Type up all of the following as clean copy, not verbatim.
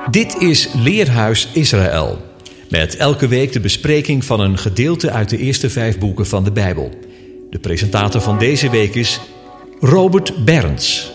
Dit is Leerhuis Israël. Met elke week de bespreking van een gedeelte uit de eerste 5 boeken van de Bijbel. De presentator van deze week is Robert Berends.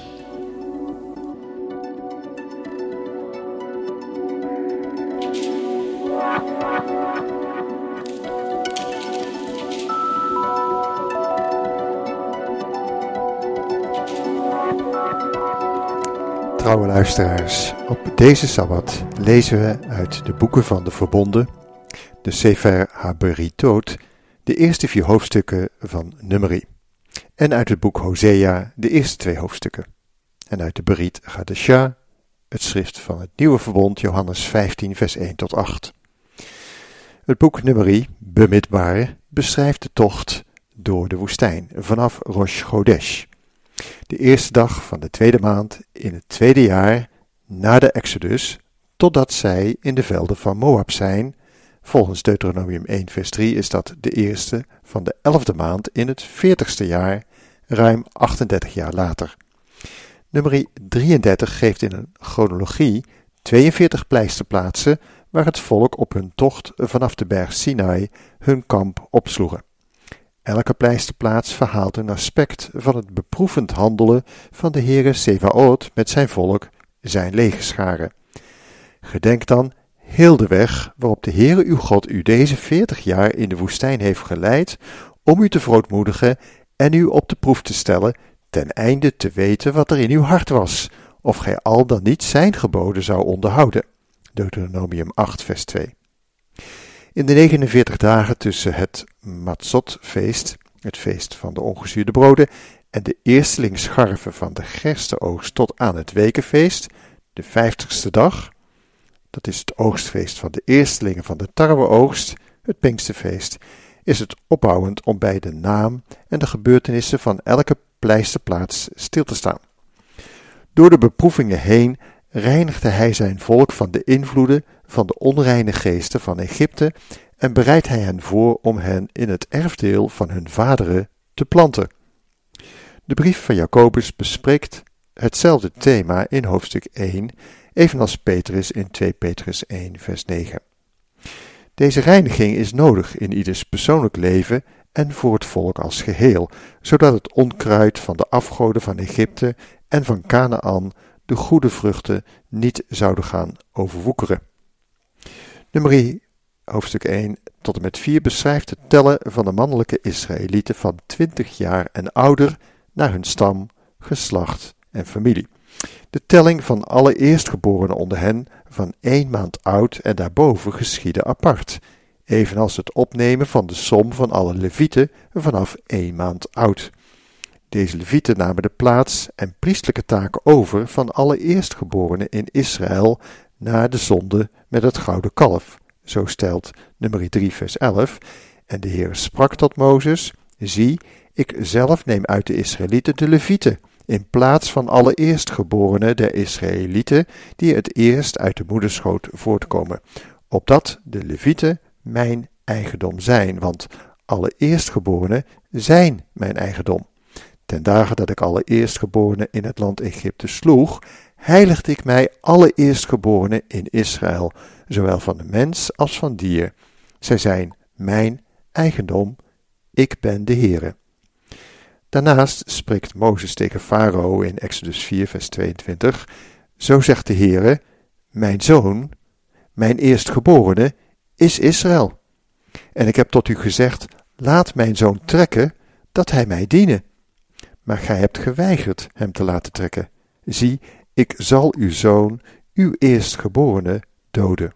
Trouwe luisteraars, op deze Sabbat lezen we uit de boeken van de Verbonden, de Sefer HaBeritot, de eerste 4 hoofdstukken van Numeri, en uit het boek Hosea de eerste 2 hoofdstukken, en uit de Berit Chadashah, het schrift van het Nieuwe Verbond, Johannes 15 vers 1 tot 8. Het boek Numeri, Bemidbar, beschrijft de tocht door de woestijn vanaf Rosh Chodesh, de eerste dag van de tweede maand in het tweede jaar na de Exodus, totdat zij in de velden van Moab zijn. Volgens Deuteronomium 1 vers 3 is dat de eerste van de 11e maand in het 40ste jaar, ruim 38 jaar later. Numeri 33 geeft in een chronologie 42 pleisterplaatsen waar het volk op hun tocht vanaf de berg Sinai hun kamp opsloegen. Elke pleisterplaats verhaalt een aspect van het beproevend handelen van de Heere Sevaot met zijn volk, zijn legerscharen. Gedenk dan heel de weg waarop de Heere uw God u deze 40 jaar in de woestijn heeft geleid, om u te verootmoedigen en u op de proef te stellen, ten einde te weten wat er in uw hart was, of gij al dan niet zijn geboden zou onderhouden. Deuteronomium 8 vers 2. In de 49 dagen tussen het Matzotfeest, het feest van de ongezuurde broden, en de eerstelingsscharven van de gerstenoogst tot aan het wekenfeest, de 50ste dag, dat is het oogstfeest van de eerstelingen van de tarweoogst, het Pinksterfeest, is het opbouwend om bij de naam en de gebeurtenissen van elke pleisterplaats stil te staan. Door de beproevingen heen reinigde hij zijn volk van de invloeden van de onreine geesten van Egypte en bereidt hij hen voor om hen in het erfdeel van hun vaderen te planten. De brief van Jacobus bespreekt hetzelfde thema in hoofdstuk 1, evenals Petrus in 2 Petrus 1 vers 9. Deze reiniging is nodig in ieders persoonlijk leven en voor het volk als geheel, zodat het onkruid van de afgoden van Egypte en van Kanaan de goede vruchten niet zouden gaan overwoekeren. Numeri hoofdstuk 1 tot en met 4 beschrijft het tellen van de mannelijke Israëlieten van 20 jaar en ouder naar hun stam, geslacht en familie. De telling van alle eerstgeborenen onder hen van 1 maand oud en daarboven geschiedde apart, evenals het opnemen van de som van alle levieten vanaf 1 maand oud. Deze levieten namen de plaats en priestelijke taken over van alle eerstgeborenen in Israël na de zonde met het gouden kalf. Zo stelt Numeri 3 vers 11. En de Heer sprak tot Mozes: zie, ik zelf neem uit de Israëlieten de levieten, in plaats van alle eerstgeborenen der Israëlieten, die het eerst uit de moederschoot voortkomen, opdat de levieten mijn eigendom zijn, want alle eerstgeborenen zijn mijn eigendom. Ten dagen dat ik alle eerstgeborenen in het land Egypte sloeg, heiligde ik mij alle eerstgeborenen in Israël, zowel van de mens als van dier. Zij zijn mijn eigendom, ik ben de Heere. Daarnaast spreekt Mozes tegen Farao in Exodus 4 vers 22, zo zegt de Heere, mijn zoon, mijn eerstgeborene, is Israël. En ik heb tot u gezegd, laat mijn zoon trekken, dat hij mij diene. Maar gij hebt geweigerd hem te laten trekken. Zie, ik zal uw zoon, uw eerstgeborene, doden.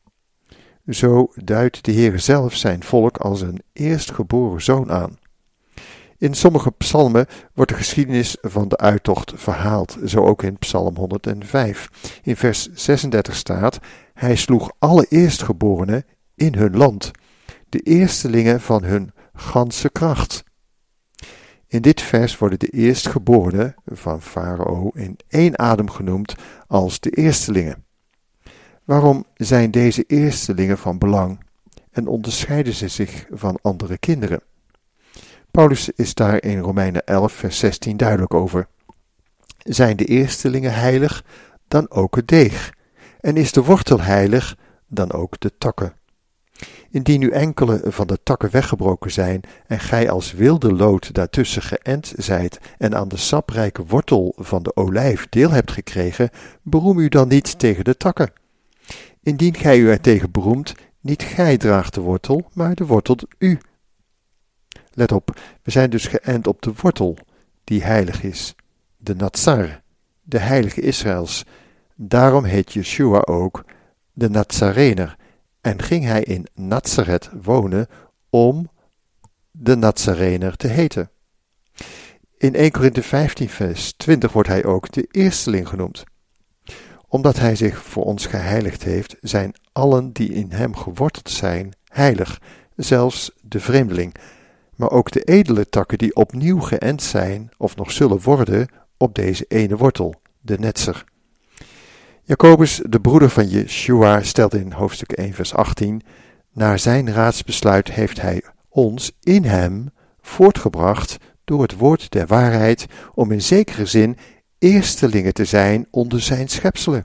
Zo duidt de Heer zelf zijn volk als een eerstgeboren zoon aan. In sommige psalmen wordt de geschiedenis van de uittocht verhaald, zo ook in Psalm 105. In vers 36 staat, hij sloeg alle eerstgeborenen in hun land, de eerstelingen van hun ganse kracht. In dit vers worden de eerstgeborenen van Farao in 1 adem genoemd als de eerstelingen. Waarom zijn deze eerstelingen van belang en onderscheiden ze zich van andere kinderen? Paulus is daar in Romeinen 11 vers 16 duidelijk over. Zijn de eerstelingen heilig, dan ook het deeg. En is de wortel heilig, dan ook de takken. Indien nu enkele van de takken weggebroken zijn en gij als wilde loot daartussen geënt zijt en aan de saprijke wortel van de olijf deel hebt gekregen, beroem u dan niet tegen de takken. Indien gij u ertegen beroemt, niet gij draagt de wortel, maar de wortel u. Let op, we zijn dus geënt op de wortel, die heilig is, de Natsar, de heilige Israëls. Daarom heet Yeshua ook de Nazarener en ging hij in Nazareth wonen om de Nazarener te heten. In 1 Korinthe 15 vers 20 wordt hij ook de eersteling genoemd. Omdat hij zich voor ons geheiligd heeft, zijn allen die in hem geworteld zijn heilig, zelfs de vreemdeling, maar ook de edele takken die opnieuw geënt zijn of nog zullen worden op deze ene wortel, de netzer. Jacobus, de broeder van Yeshua, stelt in hoofdstuk 1 vers 18, naar zijn raadsbesluit heeft hij ons in hem voortgebracht door het woord der waarheid, om in zekere zin eerstelingen te zijn onder zijn schepselen.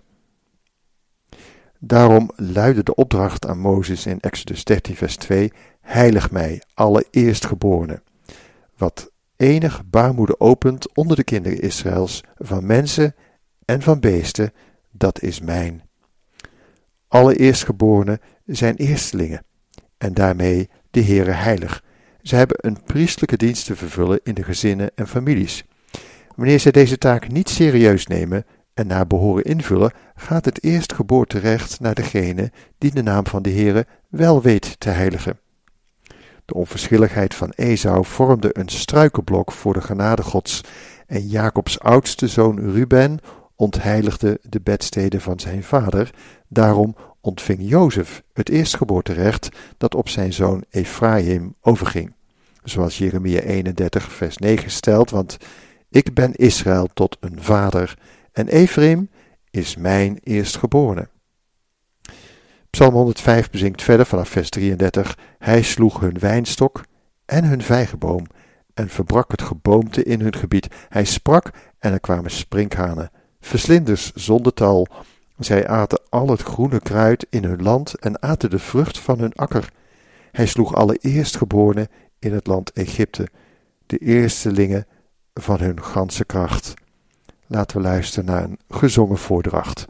Daarom luidde de opdracht aan Mozes in Exodus 13 vers 2, heilig mij, alle eerstgeborenen, wat enig baarmoeder opent onder de kinderen Israëls, van mensen en van beesten, dat is mijn. Alle eerstgeborenen zijn eerstelingen, en daarmee de Heere heilig. Ze hebben een priestelijke dienst te vervullen in de gezinnen en families. Wanneer zij deze taak niet serieus nemen en naar behoren invullen, gaat het eerstgeboorterecht naar degene die de naam van de Heere wel weet te heiligen. De onverschilligheid van Esau vormde een struikelblok voor de genade Gods, en Jacobs oudste zoon Ruben ontheiligde de bedstede van zijn vader. Daarom ontving Jozef het eerstgeboorterecht dat op zijn zoon Efraïm overging. Zoals Jeremia 31 vers 9 stelt, want ik ben Israël tot een vader en Efraïm is mijn eerstgeborene. Psalm 105 bezingt verder vanaf vers 33, hij sloeg hun wijnstok en hun vijgenboom en verbrak het geboomte in hun gebied. Hij sprak en er kwamen sprinkhanen, verslinders zonder tal. Zij aten al het groene kruid in hun land en aten de vrucht van hun akker. Hij sloeg alle eerstgeborenen in het land Egypte, de eerstelingen van hun ganse kracht. Laten we luisteren naar een gezongen voordracht.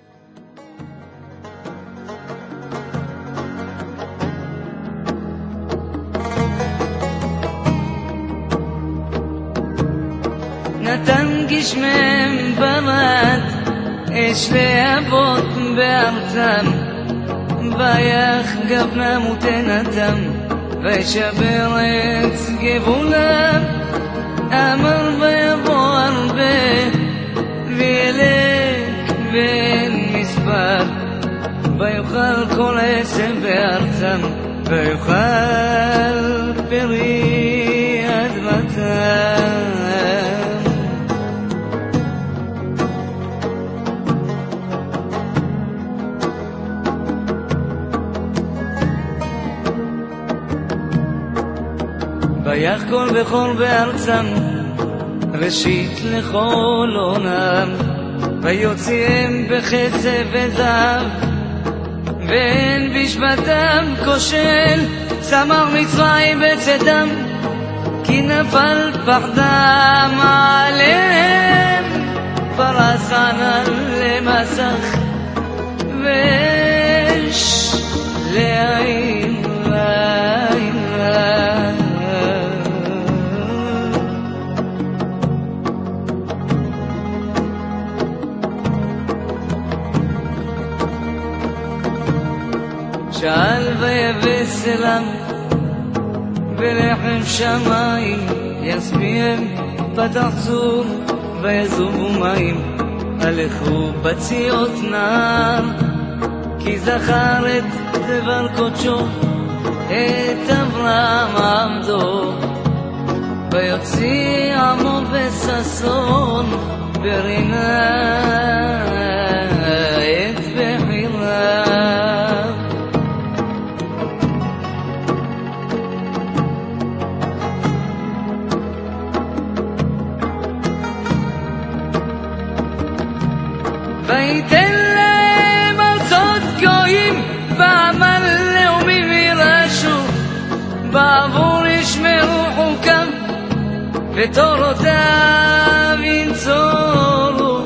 נתן גשמם ברד, אש להבות בארצם, ויחגב נמותנתם, וישבר את גבולם, אמר ויבוא הרבה, וילק ואין מספר, ויאכל כל עשב בארצם, ויאכל פרי אדמתם. ויח כל בכור בארצם, ראשית לכל עונם, ויוציאם בחצב וזהב, ואין בשבתם כושל, צמח מצרים בצאתם, כי נפל פחדם עליהם, פרס ענן למסך, ואש לעין לעין לעין. שאל ויבש אליו בלחם שמיים יספיהם פתח צור ויזובו מים הלכו בציות נער כי זכר את דבר קודשו את אברהם עבדו ויוציא עמו בששון ברינה את בחיריו ויתן להם ותורותיו ינצורו.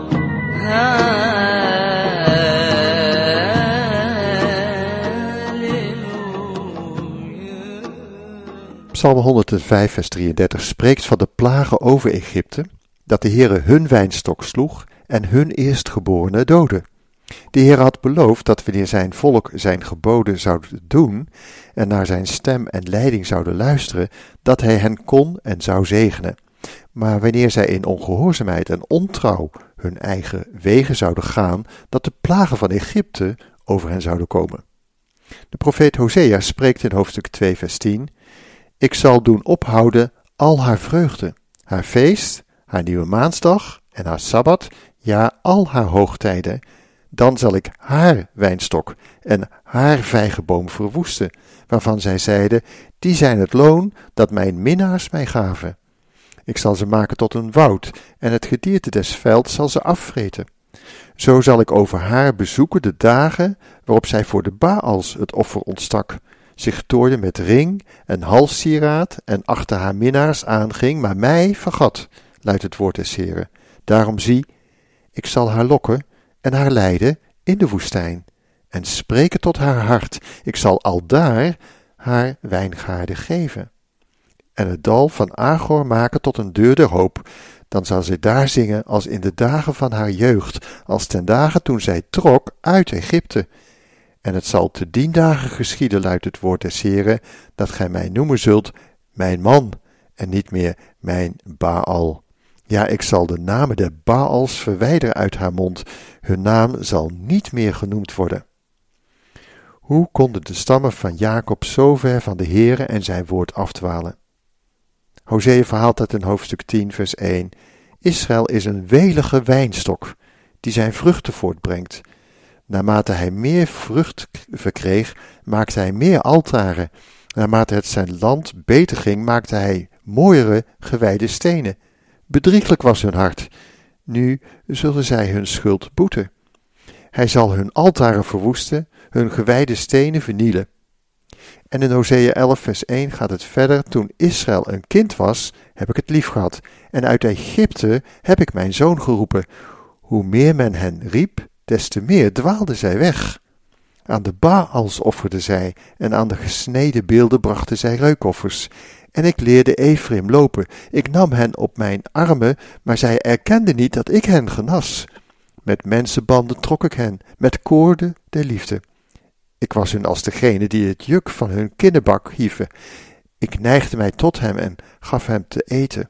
Psalm 105 vers 33 spreekt van de plagen over Egypte, dat de Heere hun wijnstok sloeg en hun eerstgeborene doodde. De Heer had beloofd dat wanneer zijn volk zijn geboden zou doen en naar zijn stem en leiding zouden luisteren, dat hij hen kon en zou zegenen. Maar wanneer zij in ongehoorzaamheid en ontrouw hun eigen wegen zouden gaan, dat de plagen van Egypte over hen zouden komen. De profeet Hosea spreekt in hoofdstuk 2 vers 10: Ik zal doen ophouden al haar vreugde, haar feest, haar nieuwe maandsdag en haar sabbat, ja, al haar hoogtijden. Dan zal ik haar wijnstok en haar vijgenboom verwoesten, waarvan zij zeiden: die zijn het loon dat mijn minnaars mij gaven. Ik zal ze maken tot een woud, en het gedierte des velds zal ze afvreten. Zo zal ik over haar bezoeken de dagen waarop zij voor de Baals het offer ontstak, zich tooide met ring en halssieraad en achter haar minnaars aanging, maar mij vergat, luidt het woord des Heren. Daarom zie, ik zal haar lokken en haar leiden in de woestijn, en spreken tot haar hart. Ik zal aldaar haar wijngaarden geven, en het dal van Agor maken tot een deur der hoop. Dan zal zij daar zingen als in de dagen van haar jeugd, als ten dagen toen zij trok uit Egypte. En het zal te dien dagen geschieden, luidt het woord des Heren, dat gij mij noemen zult mijn man, en niet meer mijn Baal. Ja, ik zal de namen der Baals verwijderen uit haar mond. Hun naam zal niet meer genoemd worden. Hoe konden de stammen van Jacob zo ver van de Heere en zijn woord afdwalen? Hosea verhaalt dat in hoofdstuk 10 vers 1. Israël is een welige wijnstok, die zijn vruchten voortbrengt. Naarmate hij meer vrucht verkreeg, maakte hij meer altaren. Naarmate het zijn land beter ging, maakte hij mooiere gewijde stenen. Bedrieglijk was hun hart. Nu zullen zij hun schuld boeten. Hij zal hun altaren verwoesten, hun gewijde stenen vernielen. En in Hosea 11 vers 1 gaat het verder: toen Israël een kind was, heb ik het lief gehad, en uit Egypte heb ik mijn zoon geroepen. Hoe meer men hen riep, des te meer dwaalden zij weg. Aan de Baals offerden zij, en aan de gesneden beelden brachten zij reukoffers. En ik leerde Ephraim lopen. Ik nam hen op mijn armen, maar zij erkenden niet dat ik hen genas. Met mensenbanden trok ik hen, met koorden der liefde. Ik was hun als degene die het juk van hun kinnebak hieven. Ik neigde mij tot hem en gaf hem te eten.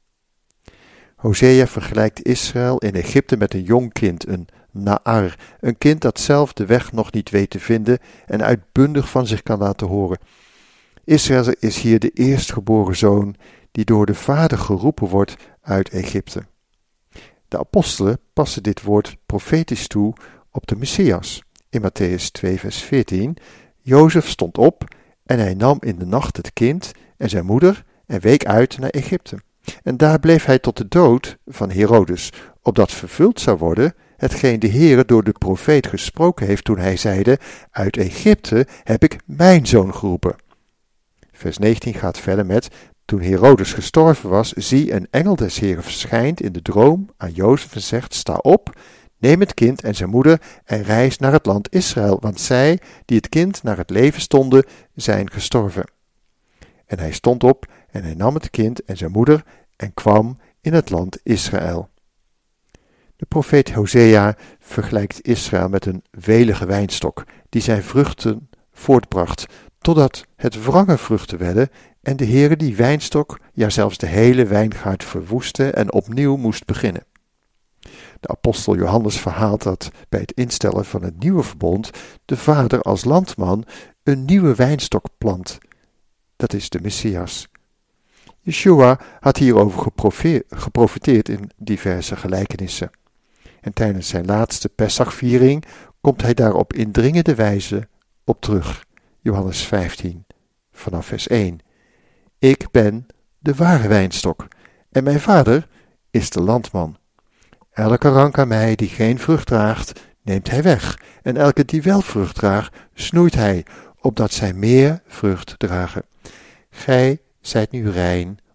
Hosea vergelijkt Israël in Egypte met een jong kind, een Naar, een kind dat zelf de weg nog niet weet te vinden en uitbundig van zich kan laten horen. Israël is hier de eerstgeboren zoon die door de vader geroepen wordt uit Egypte. De apostelen passen dit woord profetisch toe op de Messias. In Mattheüs 2 vers 14, Jozef stond op en hij nam in de nacht het kind en zijn moeder en week uit naar Egypte. En daar bleef hij tot de dood van Herodes, opdat vervuld zou worden hetgeen de Heere door de profeet gesproken heeft toen hij zeide: uit Egypte heb ik mijn zoon geroepen. Vers 19 gaat verder met: toen Herodes gestorven was, zie, een engel des Heeren verschijnt in de droom aan Jozef en zegt: sta op, neem het kind en zijn moeder en reis naar het land Israël, want zij die het kind naar het leven stonden, zijn gestorven. En hij stond op en hij nam het kind en zijn moeder en kwam in het land Israël. De profeet Hosea vergelijkt Israël met een welige wijnstok, die zijn vruchten voortbracht, totdat het wrange vruchten werden en de Heere die wijnstok, ja zelfs de hele wijngaard verwoestte en opnieuw moest beginnen. De apostel Johannes verhaalt dat bij het instellen van het nieuwe verbond de vader als landman een nieuwe wijnstok plant. Dat is de Messias. Yeshua had hierover geprofeteerd in diverse gelijkenissen. En tijdens zijn laatste Pesachviering komt hij daar op indringende wijze op terug. Johannes 15, vanaf vers 1. Ik ben de ware wijnstok en mijn vader is de landman. Elke rank aan mij die geen vrucht draagt, neemt hij weg. En elke die wel vrucht draagt, snoeit hij, opdat zij meer vrucht dragen. Gij zijt nu rein,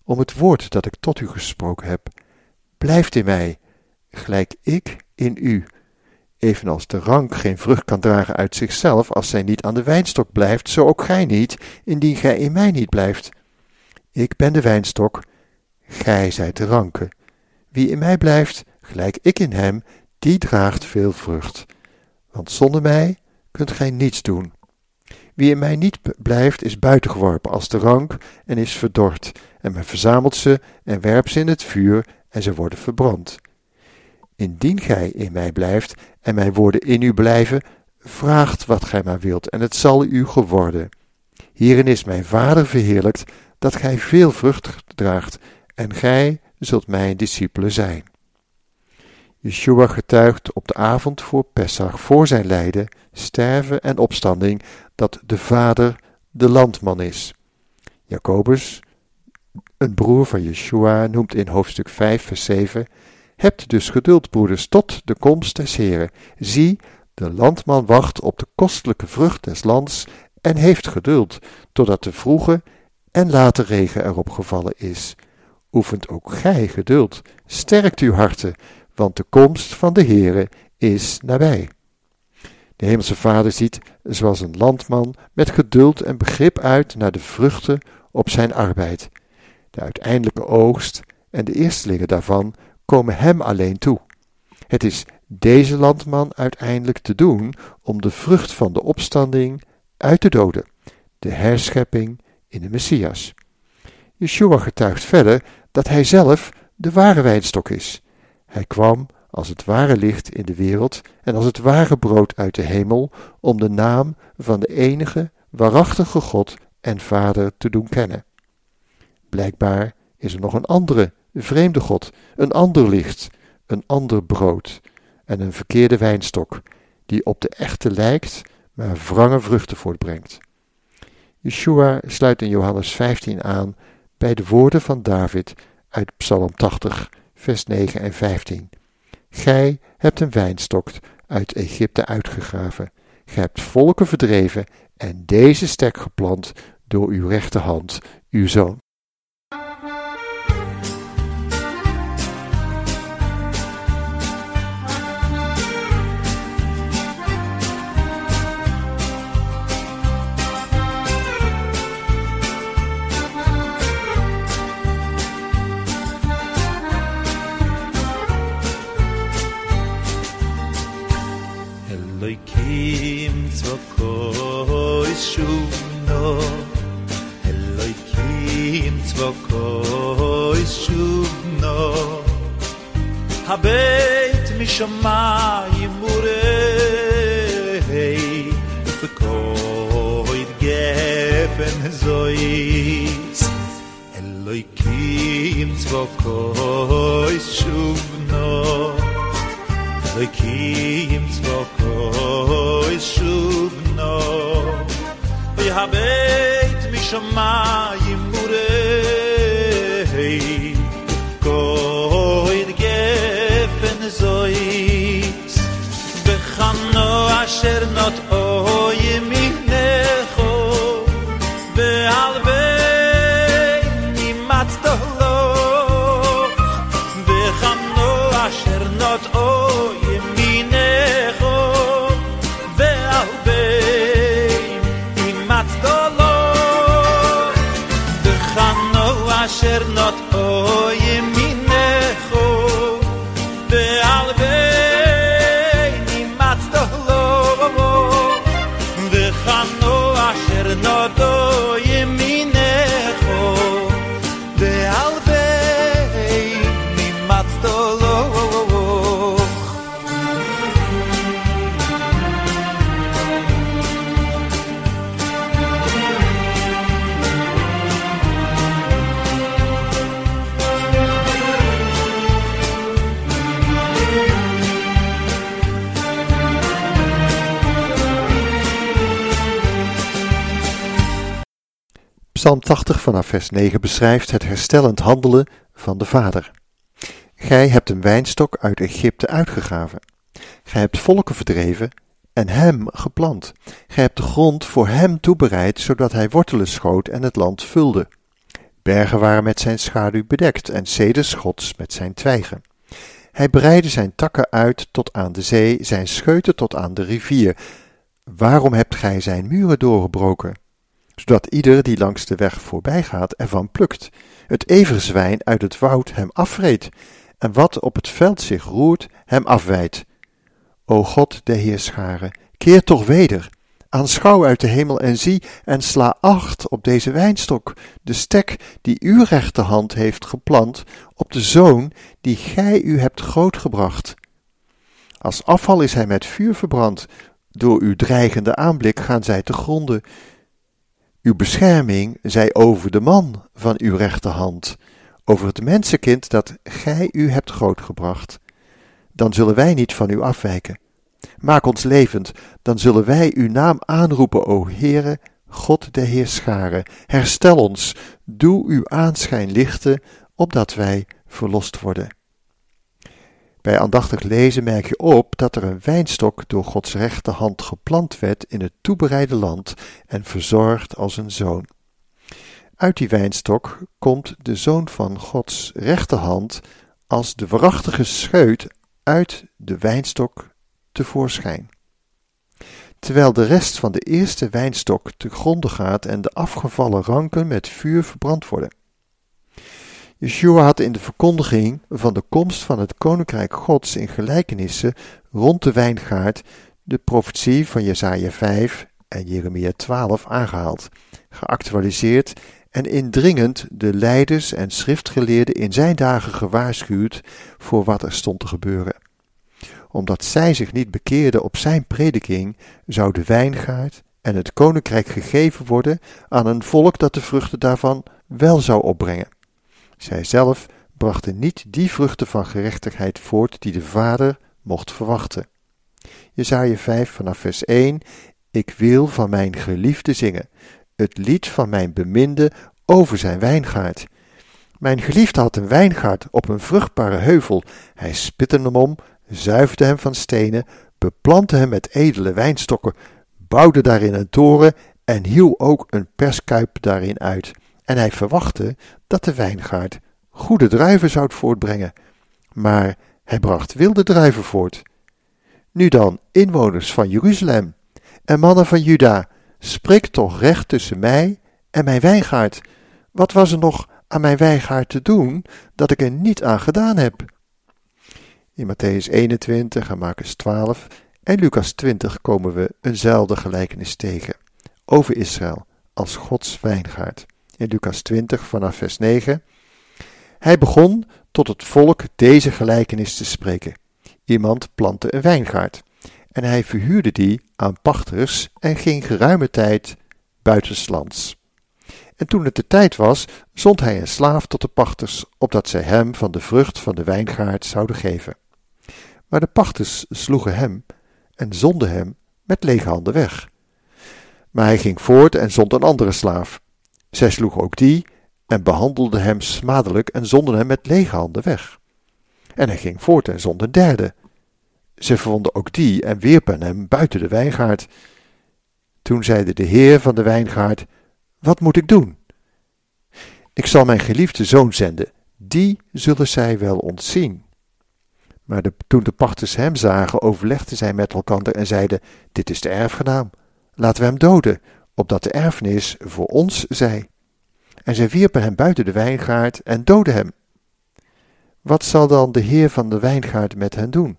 om het woord dat ik tot u gesproken heb. Blijft in mij, gelijk ik in u. Evenals de rank geen vrucht kan dragen uit zichzelf als zij niet aan de wijnstok blijft, zo ook gij niet, indien gij in mij niet blijft. Ik ben de wijnstok, gij zijt de ranken. Wie in mij blijft, gelijk ik in hem, die draagt veel vrucht. Want zonder mij kunt gij niets doen. Wie in mij niet blijft, is buitengeworpen als de rank en is verdord. En men verzamelt ze en werpt ze in het vuur en ze worden verbrand. Indien gij in mij blijft en mijn woorden in u blijven, vraagt wat gij maar wilt en het zal u geworden. Hierin is mijn Vader verheerlijkt, dat gij veel vrucht draagt en gij zult mijn discipelen zijn. Yeshua getuigt op de avond voor Pessach, voor zijn lijden, sterven en opstanding, dat de Vader de landman is. Jacobus, een broer van Yeshua, noemt in hoofdstuk 5 vers 7, hebt dus geduld, broeders, tot de komst des Heren. Zie, de landman wacht op de kostelijke vrucht des lands en heeft geduld, totdat de vroege en late regen erop gevallen is. Oefent ook gij geduld, sterkt uw harten, want de komst van de Heere is nabij. De Hemelse Vader ziet, zoals een landman, met geduld en begrip uit naar de vruchten op zijn arbeid. De uiteindelijke oogst en de eerstelingen daarvan komen hem alleen toe. Het is deze landman uiteindelijk te doen om de vrucht van de opstanding uit de doden, de herschepping in de Messias. Yeshua getuigt verder dat hij zelf de ware wijnstok is. Hij kwam als het ware licht in de wereld en als het ware brood uit de hemel om de naam van de enige, waarachtige God en Vader te doen kennen. Blijkbaar is er nog een andere, vreemde God, een ander licht, een ander brood en een verkeerde wijnstok, die op de echte lijkt, maar wrange vruchten voortbrengt. Yeshua sluit in Johannes 15 aan bij de woorden van David uit Psalm 80, vers 9 en 15. Gij hebt een wijnstok uit Egypte uitgegraven. Gij hebt volken verdreven en deze stek geplant door uw rechterhand, uw zoon. Eloikim tzvokoi shuvno, Eloikim tzvokoi shuvno, habeit mishamayim urei, ufekoid gefen zois. Eloikim tzvokoi shuvno, Eloikim tzvokoi shuvno, v'habeit mishamayim urei, ufkoid gefen zois, v'chano asher not'o yeminecho, ve'alvei nimat toloch, v'chano asher not'o asher not oyeminecho ve'alvei nimat tolo v'chano asher not oyeminecho ve'alvei nimat tolo. Psalm 80 vanaf vers 9 beschrijft het herstellend handelen van de Vader. Gij hebt een wijnstok uit Egypte uitgegraven. Gij hebt volken verdreven en hem geplant. Gij hebt de grond voor hem toebereid, zodat hij wortelen schoot en het land vulde. Bergen waren met zijn schaduw bedekt en ceders Gods met zijn twijgen. Hij breidde zijn takken uit tot aan de zee, zijn scheuten tot aan de rivier. Waarom hebt gij zijn muren doorgebroken? Zodat ieder die langs de weg voorbij gaat ervan plukt. Het everzwijn uit het woud hem afvreet, en wat op het veld zich roert hem afwijdt. O God, de Heerscharen, keer toch weder. Aanschouw uit de hemel en zie en sla acht op deze wijnstok, de stek die uw rechterhand heeft geplant, op de zoon die gij u hebt grootgebracht. Als afval is hij met vuur verbrand, door uw dreigende aanblik gaan zij te gronde. Uw bescherming zij over de man van uw rechterhand, over het mensenkind dat gij u hebt grootgebracht. Dan zullen wij niet van u afwijken. Maak ons levend, dan zullen wij uw naam aanroepen, o Heere, God de Heerscharen. Herstel ons, doe uw aanschijn lichten, opdat wij verlost worden. Bij aandachtig lezen merk je op dat er een wijnstok door Gods rechterhand geplant werd in het toebereide land en verzorgd als een zoon. Uit die wijnstok komt de zoon van Gods rechterhand als de waarachtige scheut uit de wijnstok tevoorschijn. Terwijl de rest van de eerste wijnstok te gronde gaat en de afgevallen ranken met vuur verbrand worden. Yeshua had in de verkondiging van de komst van het koninkrijk Gods in gelijkenissen rond de wijngaard de profetie van Jesaja 5 en Jeremia 12 aangehaald, geactualiseerd en indringend de leiders en schriftgeleerden in zijn dagen gewaarschuwd voor wat er stond te gebeuren. Omdat zij zich niet bekeerden op zijn prediking, zou de wijngaard en het koninkrijk gegeven worden aan een volk dat de vruchten daarvan wel zou opbrengen. Zij zelf brachten niet die vruchten van gerechtigheid voort die de Vader mocht verwachten. Jesaja 5 vanaf vers 1: Ik wil van mijn geliefde zingen, het lied van mijn beminde over zijn wijngaard. Mijn geliefde had een wijngaard op een vruchtbare heuvel. Hij spitte hem om, zuiverde hem van stenen, beplantte hem met edele wijnstokken, bouwde daarin een toren en hieuw ook een perskuip daarin uit. En hij verwachtte dat de wijngaard goede druiven zou voortbrengen, maar hij bracht wilde druiven voort. Nu dan, inwoners van Jeruzalem en mannen van Juda, spreek toch recht tussen mij en mijn wijngaard. Wat was er nog aan mijn wijngaard te doen dat ik er niet aan gedaan heb? In Mattheüs 21 en Marcus 12 en Lucas 20 komen we eenzelfde gelijkenis tegen, over Israël als Gods wijngaard. In Lucas 20 vanaf vers 9. Hij begon tot het volk deze gelijkenis te spreken. Iemand plantte een wijngaard en hij verhuurde die aan pachters en ging geruime tijd buitenslands. En toen het de tijd was, zond hij een slaaf tot de pachters, opdat zij hem van de vrucht van de wijngaard zouden geven. Maar de pachters sloegen hem en zonden hem met lege handen weg. Maar hij ging voort en zond een andere slaaf. Zij sloegen ook die en behandelden hem smadelijk en zonden hem met lege handen weg. En hij ging voort en zond een derde. Zij verwonden ook die en wierpen hem buiten de wijngaard. Toen zeide de heer van de wijngaard: Wat moet ik doen? Ik zal mijn geliefde zoon zenden, die zullen zij wel ontzien. Maar toen de pachters hem zagen, overlegden zij met elkander en zeiden: Dit is de erfgenaam, laten we hem doden, opdat de erfenis voor ons zij. En zij wierpen hem buiten de wijngaard en doodden hem. Wat zal dan de heer van de wijngaard met hen doen?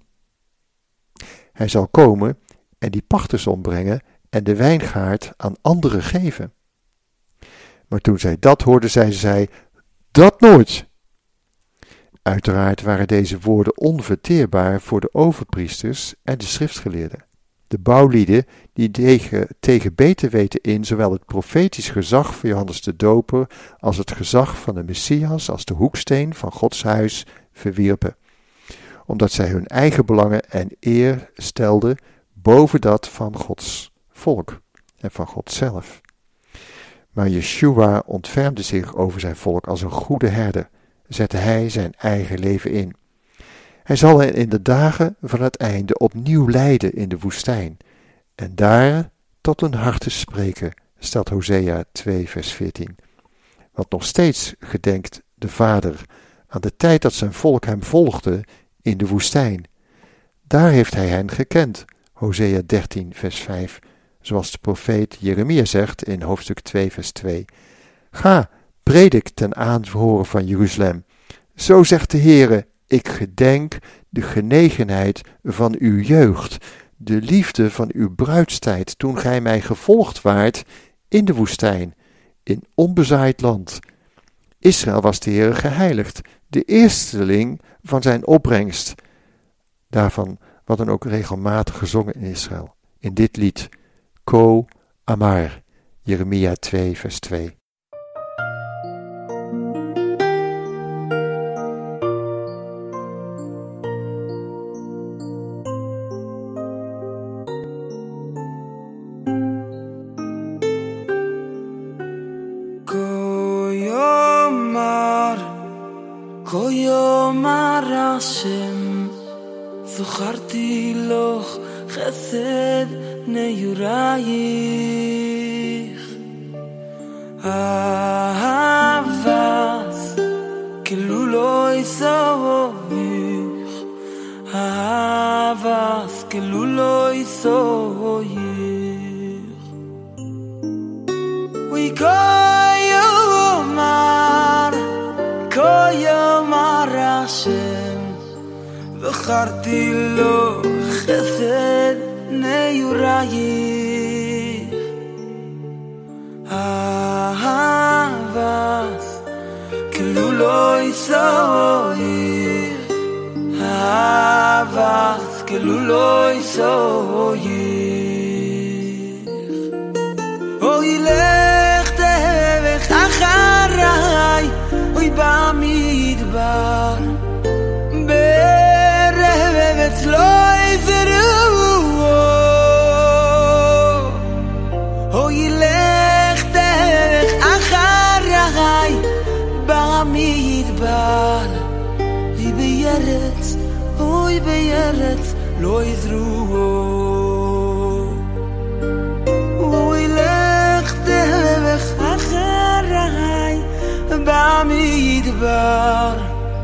Hij zal komen en die pachters ombrengen en de wijngaard aan anderen geven. Maar toen zij dat hoorden, zeiden zij: Dat nooit! Uiteraard waren deze woorden onverteerbaar voor de overpriesters en de schriftgeleerden. De bouwlieden die tegen beter weten in zowel het profetisch gezag van Johannes de Doper als het gezag van de Messias als de hoeksteen van Gods huis verwierpen, omdat zij hun eigen belangen en eer stelden boven dat van Gods volk en van God zelf. Maar Yeshua ontfermde zich over zijn volk als een goede herder, zette hij zijn eigen leven in. Hij zal hen in de dagen van het einde opnieuw leiden in de woestijn en daar tot hun harten spreken, stelt Hosea 2 vers 14. Want nog steeds gedenkt de Vader aan de tijd dat zijn volk hem volgde in de woestijn. Daar heeft hij hen gekend, Hosea 13 vers 5, zoals de profeet Jeremia zegt in hoofdstuk 2 vers 2. Ga, predik ten aanhoren van Jeruzalem. Zo zegt de Heere, ik gedenk de genegenheid van uw jeugd, de liefde van uw bruidstijd, toen gij mij gevolgd waart in de woestijn, in onbezaaid land. Israël was de Heere geheiligd, de eersteling van zijn opbrengst. Daarvan wat dan ook regelmatig gezongen in Israël, in dit lied, Ko Amar, Jeremia 2 vers 2. Koyomar Hashem, Zucharti loch chesed neyurayich, Ahavas keluloi soich, Ahavas keluloi soich. We koyomar Hashem, V'charti lo chesed neyurayich, Ahavas keluloi soich, Ahavas keluloi soich. O yilech tevech acharai, oy bamidbar, berevetz lo yizru. O yilech derech acharai, bamidbar, oy beyeretz lo yizru. O yilech derech acharai, bamidbar,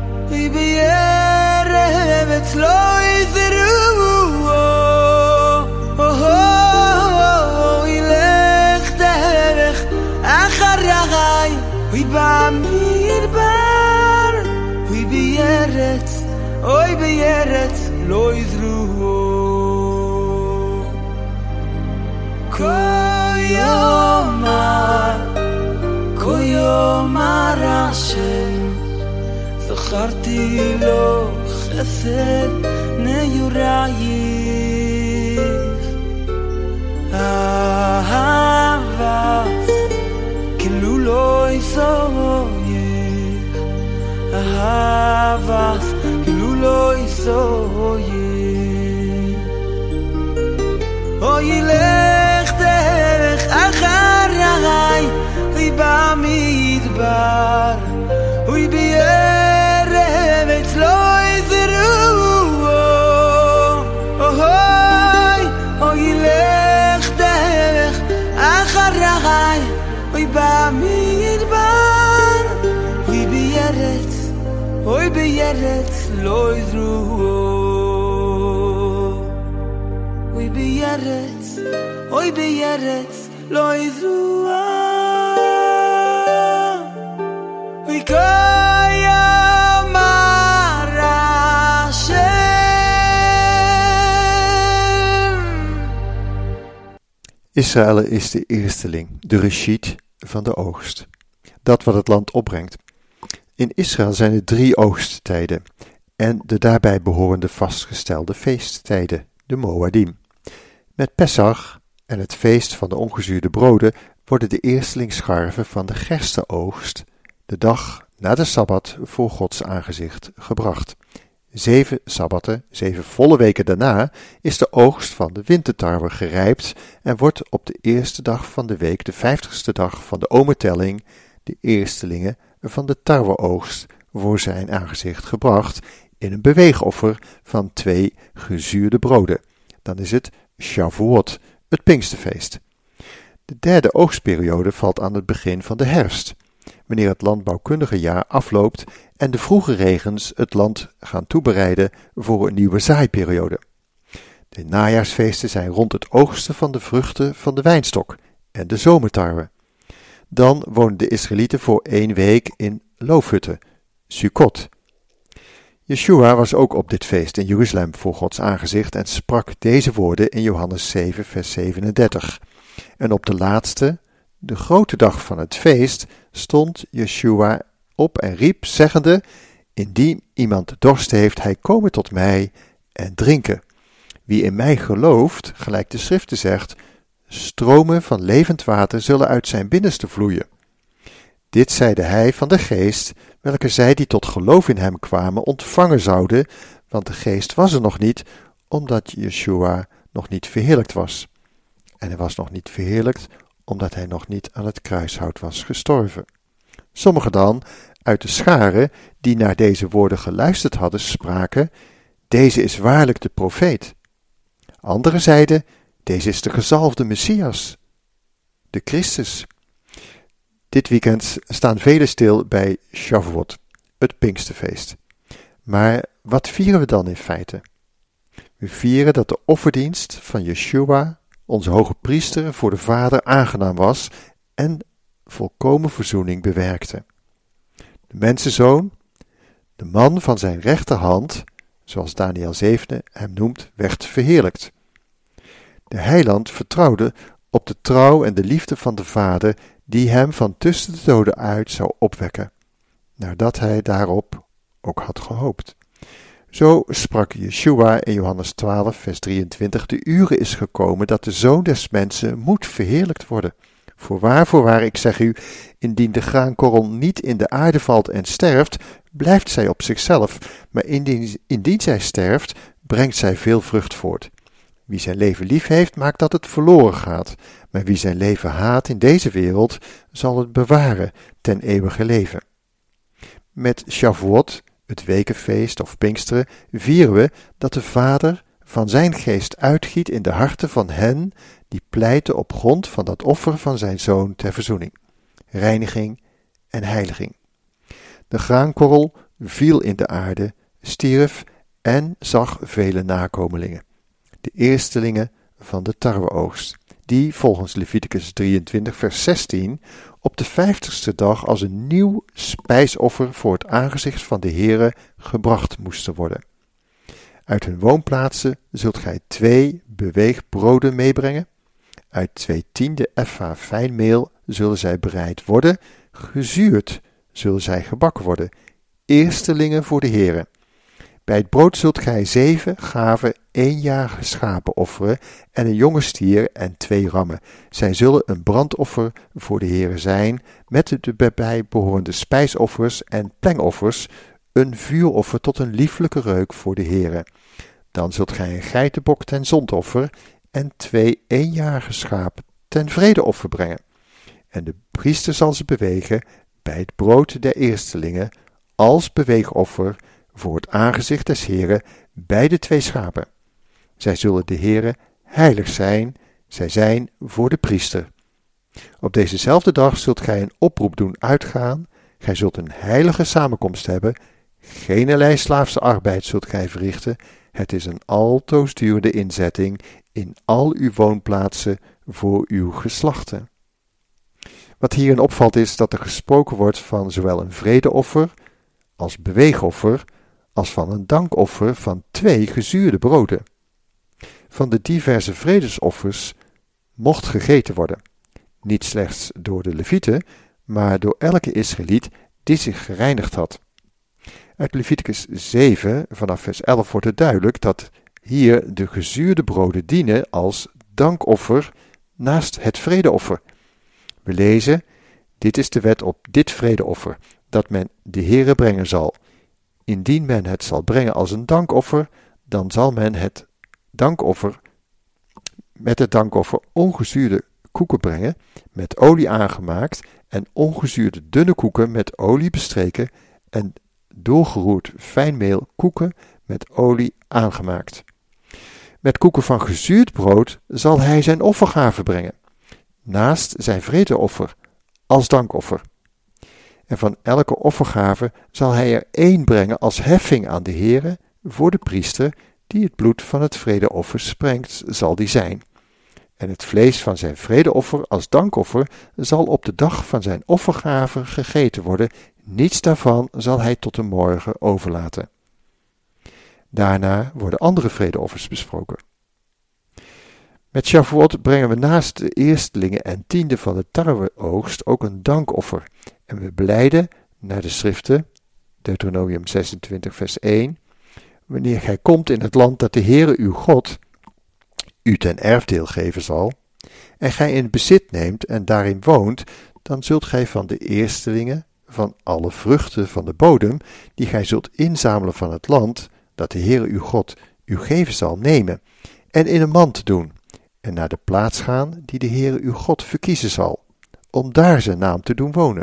beyeretz lo yizru. Ilech derech acharai, bamidbar, beyeretz lo yizru. Koyomar Hashem, Zucharti lo chesed neyurayich, Ahavas keluloi soich, Ahavas keluloi soich. O yilech derech acharai, bamidbar, beyeretz lo yizru. O yilech derech acharai, bamidbar, beyeretz lo yizru. Beyeretz lo yizru. Koyomar Hashem. Israël is de eersteling, de reshit van de oogst. Dat wat het land opbrengt. In Israël zijn er 3 oogsttijden en de daarbij behorende vastgestelde feesttijden, de Moadim. Met Pesach en het feest van de ongezuurde broden worden de eerstelingsscharven van de gerstenoogst de dag na de Sabbat voor Gods aangezicht gebracht. 7 sabbatten, 7 volle weken daarna, is de oogst van de wintertarwe gerijpt en wordt op de eerste dag van de week, de 50ste dag van de omertelling, de eerstelingen van de tarweoogst voor zijn aangezicht gebracht in een beweegoffer van 2 gezuurde broden. Dan is het Shavuot, het Pinksterfeest. De derde oogstperiode valt aan het begin van de herfst, wanneer het landbouwkundige jaar afloopt en de vroege regens het land gaan toebereiden voor een nieuwe zaaiperiode. De najaarsfeesten zijn rond het oogsten van de vruchten van de wijnstok en de zomertarwe. Dan woonden de Israëlieten voor 1 week in loofhutten, Sukkot. Yeshua was ook op dit feest in Jeruzalem voor Gods aangezicht en sprak deze woorden in Johannes 7, vers 37. En op de laatste, de grote dag van het feest, stond Yeshua op en riep, zeggende, indien iemand dorst heeft, hij kome tot mij en drinken. Wie in mij gelooft, gelijk de Schrifte zegt, stromen van levend water zullen uit zijn binnenste vloeien. Dit zeide hij van de geest, welke zij die tot geloof in hem kwamen ontvangen zouden, want de geest was er nog niet, omdat Yeshua nog niet verheerlijkt was. En hij was nog niet verheerlijkt, omdat hij nog niet aan het kruishout was gestorven. Sommigen dan, uit de scharen, die naar deze woorden geluisterd hadden, spraken, deze is waarlijk de profeet. Anderen zeiden, deze is de gezalfde Messias, de Christus. Dit weekend staan velen stil bij Shavuot, het Pinksterfeest. Maar wat vieren we dan in feite? We vieren dat de offerdienst van Yeshua, onze hoge priester, voor de Vader aangenaam was en volkomen verzoening bewerkte. De mensenzoon, de man van zijn rechterhand, zoals Daniel 7 hem noemt, werd verheerlijkt. De heiland vertrouwde op de trouw en de liefde van de Vader, die hem van tussen de doden uit zou opwekken, nadat hij daarop ook had gehoopt. Zo sprak Yeshua in Johannes 12, vers 23, de uren is gekomen dat de Zoon des Mensen moet verheerlijkt worden. Voorwaar, ik zeg u, indien de graankorrel niet in de aarde valt en sterft, blijft zij op zichzelf, maar indien zij sterft, brengt zij veel vrucht voort. Wie zijn leven lief heeft, maakt dat het verloren gaat, maar wie zijn leven haat in deze wereld, zal het bewaren ten eeuwige leven. Met Shavuot, het wekenfeest of Pinksteren, vieren we dat de Vader van zijn geest uitgiet in de harten van hen die pleiten op grond van dat offer van zijn Zoon ter verzoening, reiniging en heiliging. De graankorrel viel in de aarde, stierf en zag vele nakomelingen, de eerstelingen van de tarweoogst, die volgens Leviticus 23 vers 16 op de 50ste dag als een nieuw spijsoffer voor het aangezicht van de Heere gebracht moesten worden. Uit hun woonplaatsen zult gij 2 beweegbroden meebrengen. Uit 2/10 effa fijn meel zullen zij bereid worden, gezuurd zullen zij gebakken worden, eerstelingen voor de Heere. Bij het brood zult gij 7 gave 1-jarige schapen offeren en een jonge stier en 2 rammen. Zij zullen een brandoffer voor de Heere zijn, met de daarbij behorende spijsoffers en plengoffers, een vuuroffer tot een lieflijke reuk voor de Heere. Dan zult gij een geitenbok ten zondoffer en 2 1-jarige schapen ten vredeoffer brengen. En de priester zal ze bewegen bij het brood der eerstelingen als beweegoffer voor het aangezicht des Heeren bij de 2 schapen. Zij zullen de Heere heilig zijn, zij zijn voor de priester. Op dezezelfde dag zult gij een oproep doen uitgaan, gij zult een heilige samenkomst hebben, geenerlei slaafse arbeid zult gij verrichten, het is een altoosdurende inzetting in al uw woonplaatsen voor uw geslachten. Wat hierin opvalt is dat er gesproken wordt van zowel een vredeoffer als beweegoffer, als van een dankoffer van 2 gezuurde broden. Van de diverse vredesoffers mocht gegeten worden, niet slechts door de Levieten, maar door elke Israëliet die zich gereinigd had. Uit Leviticus 7 vanaf vers 11 wordt het duidelijk dat hier de gezuurde broden dienen als dankoffer naast het vredeoffer. We lezen, dit is de wet op dit vredeoffer, dat men de Heere brengen zal. Indien men het zal brengen als een dankoffer, dan zal men met het dankoffer ongezuurde koeken brengen, met olie aangemaakt, en ongezuurde dunne koeken met olie bestreken, en doorgeroerd fijnmeel koeken met olie aangemaakt. Met koeken van gezuurd brood zal hij zijn offergave brengen, naast zijn vredeoffer, als dankoffer. En van elke offergave zal hij er 1 brengen als heffing aan de Heere voor de priester die het bloed van het vredeoffer sprengt, zal die zijn. En het vlees van zijn vredeoffer als dankoffer zal op de dag van zijn offergave gegeten worden. Niets daarvan zal hij tot de morgen overlaten. Daarna worden andere vredeoffers besproken. Met Shavuot brengen we naast de eerstelingen en tiende van de tarweoogst ook een dankoffer. En we belijden naar de schriften, Deuteronomium 26 vers 1, wanneer gij komt in het land dat de Heere uw God u ten erfdeel geven zal, en gij in bezit neemt en daarin woont, dan zult gij van de eerstelingen, van alle vruchten van de bodem, die gij zult inzamelen van het land, dat de Heere uw God u geven zal, nemen, en in een mand doen, en naar de plaats gaan die de Heere uw God verkiezen zal, om daar zijn naam te doen wonen.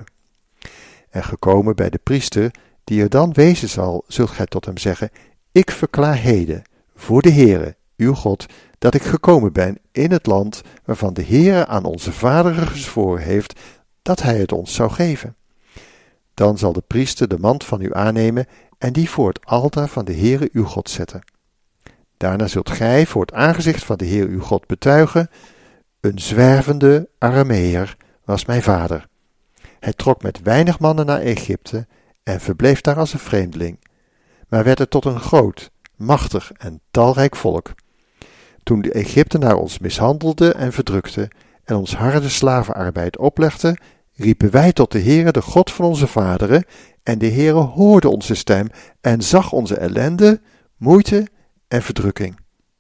En gekomen bij de priester, die er dan wezen zal, zult gij tot hem zeggen, ik verklaar heden, voor de Heere, uw God, dat ik gekomen ben in het land waarvan de Heere aan onze vaderen gezworen heeft, dat hij het ons zou geven. Dan zal de priester de mand van u aannemen en die voor het altaar van de Heere uw God zetten. Daarna zult gij voor het aangezicht van de Heere uw God betuigen, een zwervende Arameër was mijn vader. Hij trok met weinig mannen naar Egypte en verbleef daar als een vreemdeling, maar werd er tot een groot, machtig en talrijk volk. Toen de Egyptenaren ons mishandelden en verdrukten en ons harde slavenarbeid oplegden, riepen wij tot de Heere, de God van onze vaderen, en de Heere hoorde onze stem en zag onze ellende, moeite en verdrukking.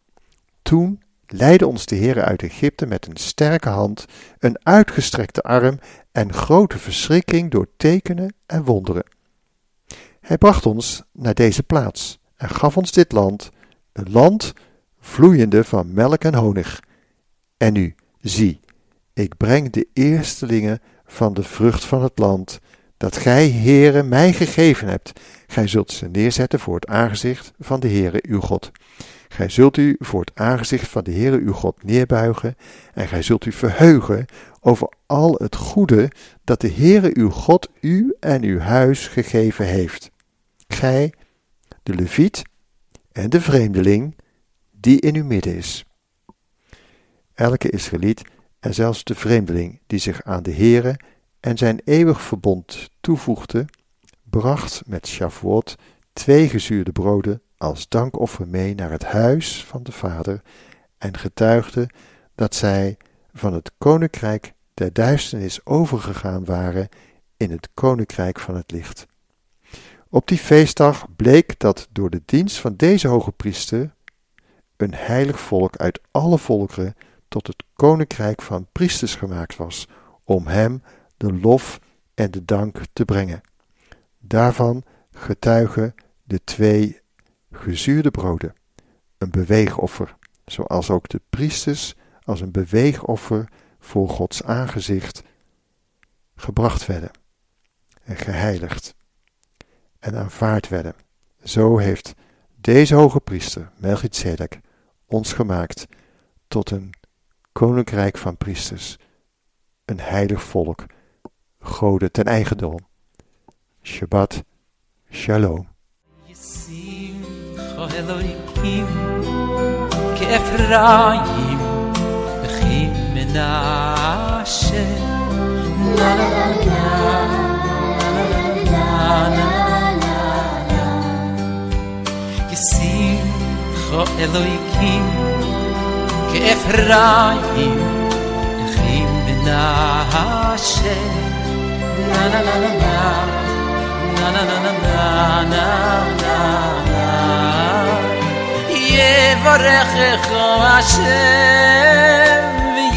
Toen leidde ons de Heere uit Egypte met een sterke hand, een uitgestrekte arm en grote verschrikking door tekenen en wonderen. Hij bracht ons naar deze plaats en gaf ons dit land, een land vloeiende van melk en honig. En nu, zie, ik breng de eerstelingen van de vrucht van het land, dat gij, Heere, mij gegeven hebt. Gij zult ze neerzetten voor het aangezicht van de Heere uw God. Gij zult u voor het aangezicht van de Heere uw God neerbuigen, en gij zult u verheugen over al het goede dat de Heere uw God u en uw huis gegeven heeft. Gij, de Leviet en de vreemdeling, die in uw midden is. Elke Israëliet en zelfs de vreemdeling die zich aan de Heere en zijn eeuwig verbond toevoegde, bracht met Shavuot 2 gezuurde broden als dankoffer mee naar het huis van de Vader en getuigde dat zij van het koninkrijk der duisternis overgegaan waren in het koninkrijk van het licht. Op die feestdag bleek dat door de dienst van deze hoge priester een heilig volk uit alle volkeren tot het koninkrijk van priesters gemaakt was, om hem de lof en de dank te brengen. Daarvan getuigen de 2 gezuurde broden, een beweegoffer, zoals ook de priesters als een beweegoffer voor Gods aangezicht gebracht werden en geheiligd en aanvaard werden. Zo heeft deze hoge priester, Melchizedek, ons gemaakt tot een koninkrijk van priesters, een heilig volk, goden ten eigendom. Shabbat Shalom. Elohim כאפרים וכי מנשה לה לה לה לה לה לה ישמחו אלוהים כאפרים וכי מנשה לה לה לה לה לה לה לה לה לה יברכך השם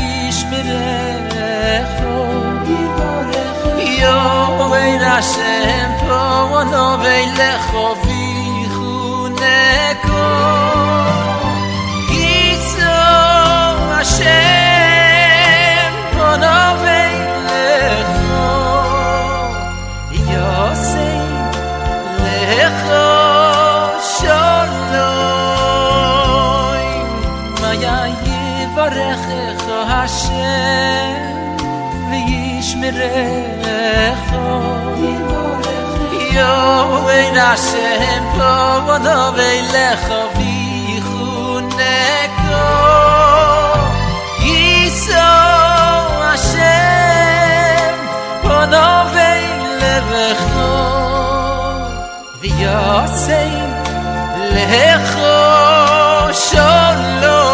וישמרך יואל השם פונו ולכו ויחונקו יצור השם פונו ולכו יוסי לכו יברכך השם וישמרך Yovein Hashem Povodovei Lecho Vichuneko Yiso Hashem Povodovei Lecho V'yosein Lecho Shalom.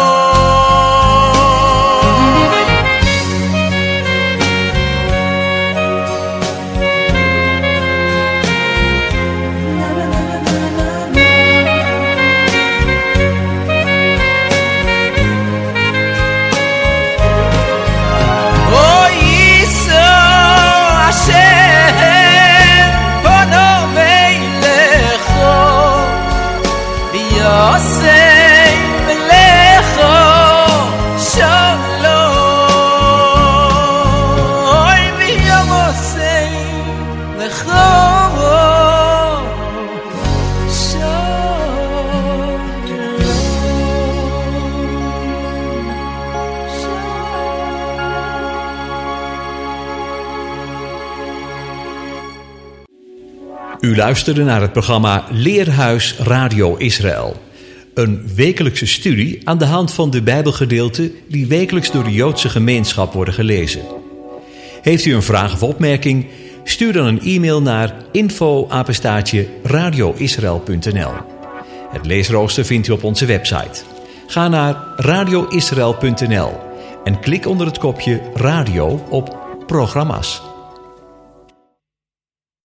U luisterde naar het programma Leerhuis Radio Israël. Een wekelijkse studie aan de hand van de Bijbelgedeelten die wekelijks door de Joodse gemeenschap worden gelezen. Heeft u een vraag of opmerking? Stuur dan een e-mail naar info@radioisrael.nl. Het leesrooster vindt u op onze website. Ga naar radioisrael.nl en klik onder het kopje Radio op Programma's.